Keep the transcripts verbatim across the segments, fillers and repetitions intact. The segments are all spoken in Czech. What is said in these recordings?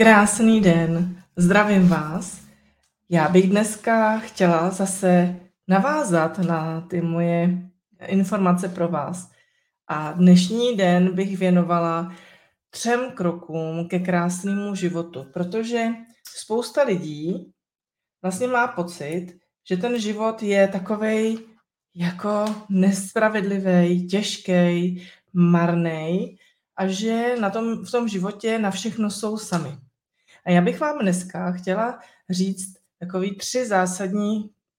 Krásný den, zdravím vás. Já bych dneska chtěla zase navázat na ty moje informace pro vás. A dnešní den bych věnovala třem krokům ke krásnému životu, protože spousta lidí vlastně má pocit, že ten život je takovej jako nespravedlivý, těžký, marný a že na tom, v tom životě na všechno jsou sami. A já bych vám dneska chtěla říct takový tři zásadní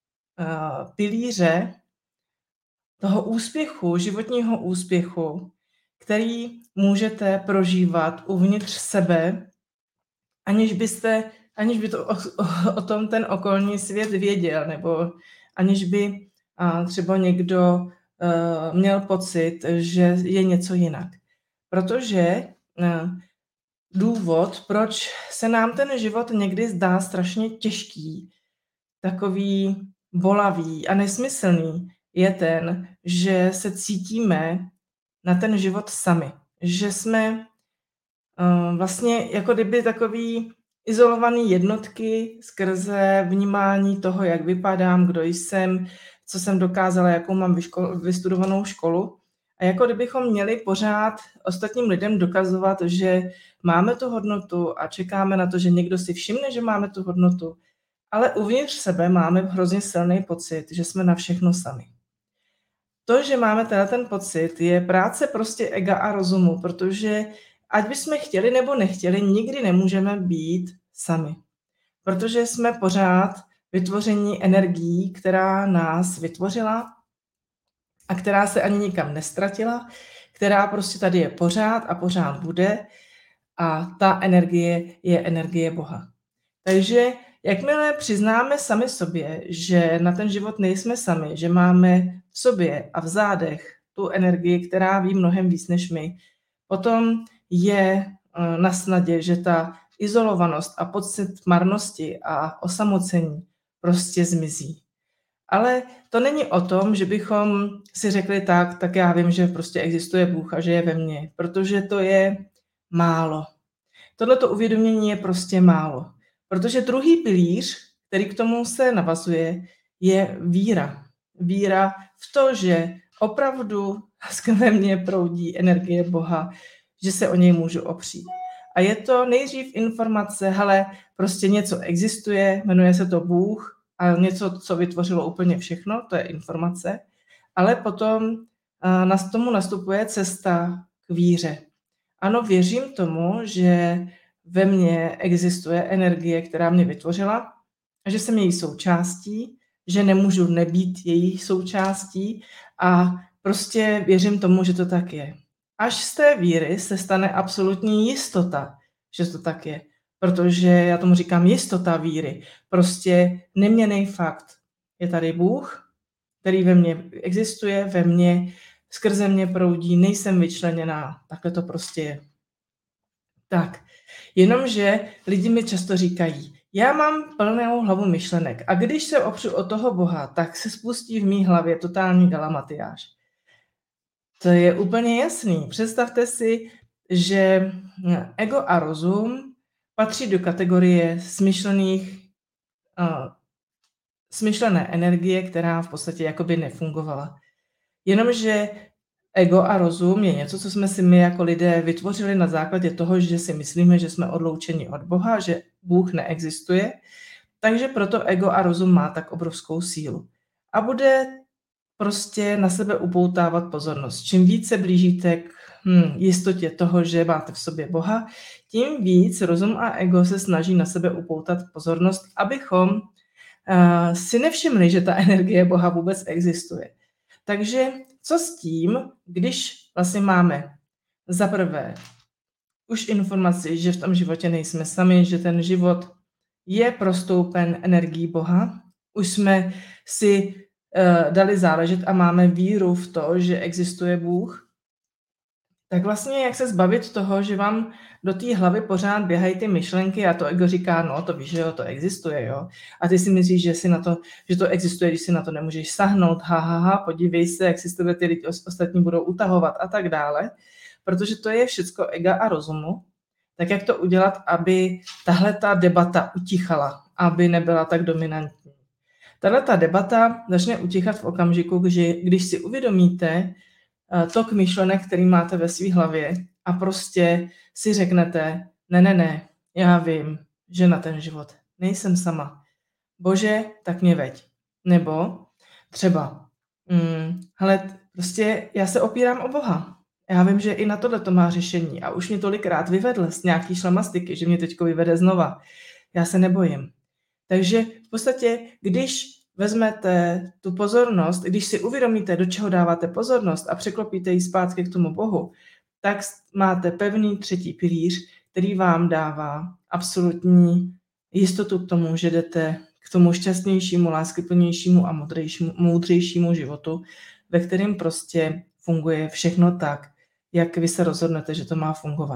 uh, pilíře toho úspěchu, životního úspěchu, který můžete prožívat uvnitř sebe, aniž byste, aniž by to o, o, o tom ten okolní svět věděl, nebo aniž by uh, třeba někdo uh, měl pocit, že je něco jinak. Protože uh, důvod, proč se nám ten život někdy zdá strašně těžký, takový bolavý a nesmyslný, je ten, že se cítíme na ten život sami. Že jsme uh, vlastně jako kdyby takový izolovaný jednotky skrze vnímání toho, jak vypadám, kdo jsem, co jsem dokázala, jakou mám vyško- vystudovanou školu. A jako kdybychom měli pořád ostatním lidem dokazovat, že máme tu hodnotu a čekáme na to, že někdo si všimne, že máme tu hodnotu, ale uvnitř sebe máme hrozně silný pocit, že jsme na všechno sami. To, že máme teda ten pocit, je práce prostě ega a rozumu, protože ať bychom chtěli nebo nechtěli, nikdy nemůžeme být sami. Protože jsme pořád vytvoření energií, která nás vytvořila a která se ani nikam nestratila, která prostě tady je pořád a pořád bude a ta energie je energie Boha. Takže jakmile přiznáme sami sobě, že na ten život nejsme sami, že máme v sobě a v zádech tu energii, která ví mnohem víc než my, potom je na snadě, že ta izolovanost a pocit marnosti a osamocení prostě zmizí. Ale to není o tom, že bychom si řekli tak, tak já vím, že prostě existuje Bůh a že je ve mně, protože to je málo. Tohleto uvědomění je prostě málo. Protože druhý pilíř, který k tomu se navazuje, je víra. Víra v to, že opravdu ve mně proudí energie Boha, že se o něj můžu opřít. A je to nejdřív informace, hele, prostě něco existuje, jmenuje se to Bůh a něco, co vytvořilo úplně všechno, to je informace, ale potom uh, tomu nastupuje cesta k víře. Ano, věřím tomu, že ve mně existuje energie, která mě vytvořila a že jsem její součástí, že nemůžu nebýt její součástí a prostě věřím tomu, že to tak je. Až z té víry se stane absolutní jistota, že to tak je. Protože já tomu říkám jistota víry. Prostě neměnný fakt. Je tady Bůh, který ve mně existuje, ve mně, skrze mě proudí, nejsem vyčleněná. Takhle to prostě je. Tak, jenomže lidi mi často říkají, já mám plnou hlavu myšlenek a když se opřu o toho Boha, tak se spustí v mý hlavě totální galamatiáž. To je úplně jasný. Představte si, že ego a rozum patří do kategorie smyšlených, uh, smyšlené energie, která v podstatě jakoby nefungovala. Jenomže ego a rozum je něco, co jsme si my jako lidé vytvořili na základě toho, že si myslíme, že jsme odloučeni od Boha, že Bůh neexistuje, takže proto ego a rozum má tak obrovskou sílu. A bude prostě na sebe upoutávat pozornost. Čím více blížíte k hm, jistotě toho, že máte v sobě Boha, tím víc rozum a ego se snaží na sebe upoutat pozornost, abychom uh, si nevšimli, že ta energie Boha vůbec existuje. Takže co s tím, když vlastně máme za prvé už informaci, že v tom životě nejsme sami, že ten život je prostoupen energií Boha, už jsme si uh, dali záležet a máme víru v to, že existuje Bůh, tak vlastně jak se zbavit toho, že vám do té hlavy pořád běhají ty myšlenky a to ego říká, no to víš, že jo, to existuje, jo. A ty si myslíš, že, si na to, že to existuje, když si na to nemůžeš sahnout, ha, ha, ha, podívej se, jak si z tebe ty lidi ostatní budou utahovat a tak dále, protože to je všecko ega a rozumu. tak jak to udělat, aby tahle ta debata utichala, aby nebyla tak dominantní. Tahle ta debata začne utichat v okamžiku, že když si uvědomíte tok myšlenek, který máte ve své hlavě a prostě si řeknete, ne, ne, ne, já vím, že na ten život nejsem sama. Bože, tak mě veď. Nebo třeba, hm, hele, prostě já se opírám o Boha. Já vím, že i na tohle to má řešení a už mě tolikrát vyvedl z nějaký šlamastiky, že mě teďko vyvede znova. Já se nebojím. Takže v podstatě, když vezmete tu pozornost, když si uvědomíte, do čeho dáváte pozornost a překlopíte ji zpátky k tomu Bohu, tak máte pevný třetí pilíř, který vám dává absolutní jistotu k tomu, že jdete k tomu šťastnějšímu, láskyplnějšímu a moudřejšímu, moudřejšímu životu, ve kterém prostě funguje všechno tak, jak vy se rozhodnete, že to má fungovat.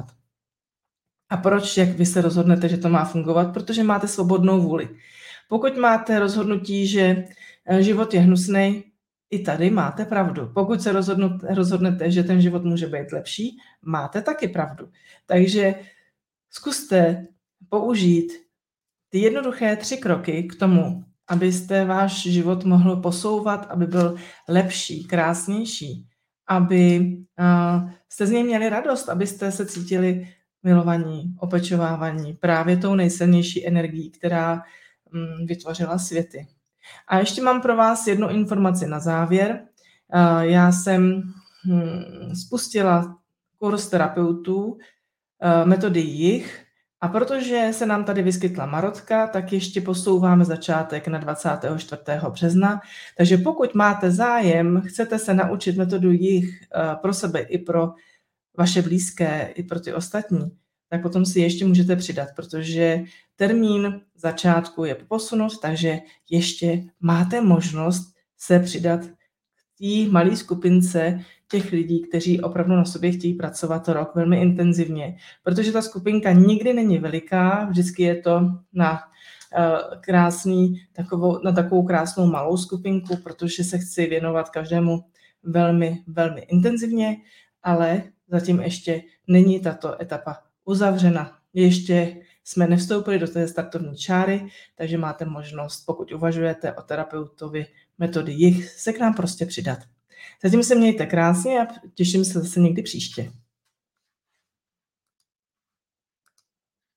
A proč, jak vy se rozhodnete, že to má fungovat? Protože máte svobodnou vůli. Pokud máte rozhodnutí, že život je hnusný, i tady máte pravdu. Pokud se rozhodnete, že ten život může být lepší, máte taky pravdu. Takže zkuste použít ty jednoduché tři kroky k tomu, abyste váš život mohl posouvat, aby byl lepší, krásnější, aby uh, jste z něj měli radost, abyste se cítili milovaní, opečovávaní právě tou nejsilnější energií, která um, vytvořila světy. A ještě mám pro vás jednu informaci na závěr. Uh, já jsem hm, spustila kurz terapeutů uh, metody jich, a protože se nám tady vyskytla Marotka, tak ještě posouváme začátek na dvacátého čtvrtého března. Takže pokud máte zájem, chcete se naučit metodu jich pro sebe i pro vaše blízké, i pro ty ostatní, tak potom si ještě můžete přidat, protože termín začátku je posunut, takže ještě máte možnost se přidat k té malé skupince těch lidí, kteří opravdu na sobě chtějí pracovat rok velmi intenzivně, protože ta skupinka nikdy není veliká, vždycky je to na uh, krásný, takovou, na takovou krásnou malou skupinku, protože se chci věnovat každému velmi, velmi intenzivně, ale zatím ještě není tato etapa uzavřena. Ještě jsme nevstoupili do té startovní čáry, takže máte možnost, pokud uvažujete o terapeutovi metody jich, se k nám prostě přidat. Zatím se mějte krásně a těším se zase někdy příště.